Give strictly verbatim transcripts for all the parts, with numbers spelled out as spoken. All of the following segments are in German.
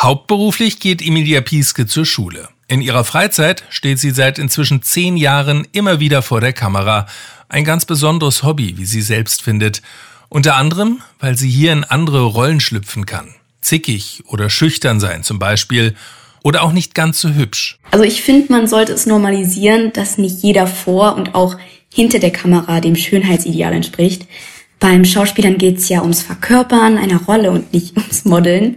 Hauptberuflich geht Emilia Pieske zur Schule. In ihrer Freizeit steht sie seit inzwischen zehn Jahren immer wieder vor der Kamera. Ein ganz besonderes Hobby, wie sie selbst findet. Unter anderem, weil sie hier in andere Rollen schlüpfen kann. Zickig oder schüchtern sein zum Beispiel. Oder auch nicht ganz so hübsch. Also ich finde, man sollte es normalisieren, dass nicht jeder vor und auch hinter der Kamera dem Schönheitsideal entspricht. Beim Schauspielern geht es ja ums Verkörpern einer Rolle und nicht ums Modeln.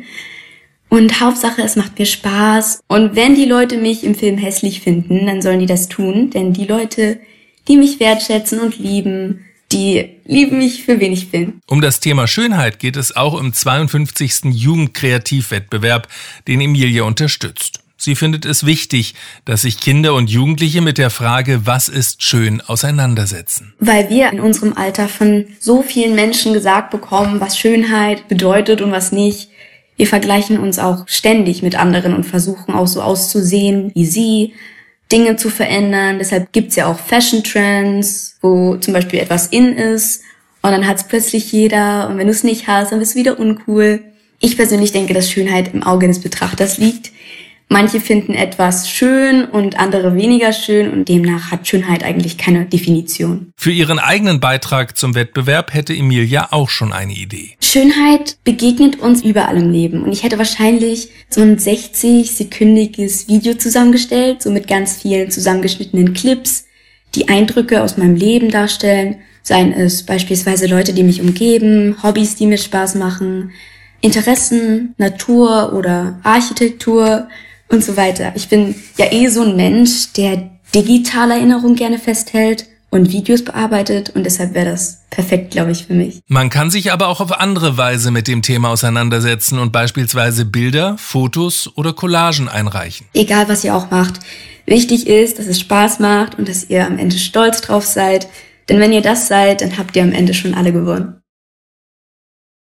Und Hauptsache, es macht mir Spaß. Und wenn die Leute mich im Film hässlich finden, dann sollen die das tun. Denn die Leute, die mich wertschätzen und lieben, die lieben mich für wen ich bin. Um das Thema Schönheit geht es auch im zweiundfünfzigsten Jugendkreativwettbewerb, den Emilia unterstützt. Sie findet es wichtig, dass sich Kinder und Jugendliche mit der Frage, was ist schön, auseinandersetzen. Weil wir in unserem Alter von so vielen Menschen gesagt bekommen, was Schönheit bedeutet und was nicht. Wir vergleichen uns auch ständig mit anderen und versuchen auch so auszusehen wie sie, Dinge zu verändern. Deshalb gibt's ja auch Fashion-Trends, wo zum Beispiel etwas in ist und dann hat's plötzlich jeder und wenn du es nicht hast, dann bist du wieder uncool. Ich persönlich denke, dass Schönheit im Auge des Betrachters liegt. Manche finden etwas schön und andere weniger schön und demnach hat Schönheit eigentlich keine Definition. Für ihren eigenen Beitrag zum Wettbewerb hätte Emilia auch schon eine Idee. Schönheit begegnet uns überall im Leben und ich hätte wahrscheinlich so ein sechzig-sekündiges Video zusammengestellt, so mit ganz vielen zusammengeschnittenen Clips, die Eindrücke aus meinem Leben darstellen, seien es beispielsweise Leute, die mich umgeben, Hobbys, die mir Spaß machen, Interessen, Natur oder Architektur und so weiter. Ich bin ja eh so ein Mensch, der digitale Erinnerung gerne festhält und Videos bearbeitet und deshalb wäre das perfekt, glaube ich, für mich. Man kann sich aber auch auf andere Weise mit dem Thema auseinandersetzen und beispielsweise Bilder, Fotos oder Collagen einreichen. Egal, was ihr auch macht. Wichtig ist, dass es Spaß macht und dass ihr am Ende stolz drauf seid. Denn wenn ihr das seid, dann habt ihr am Ende schon alle gewonnen.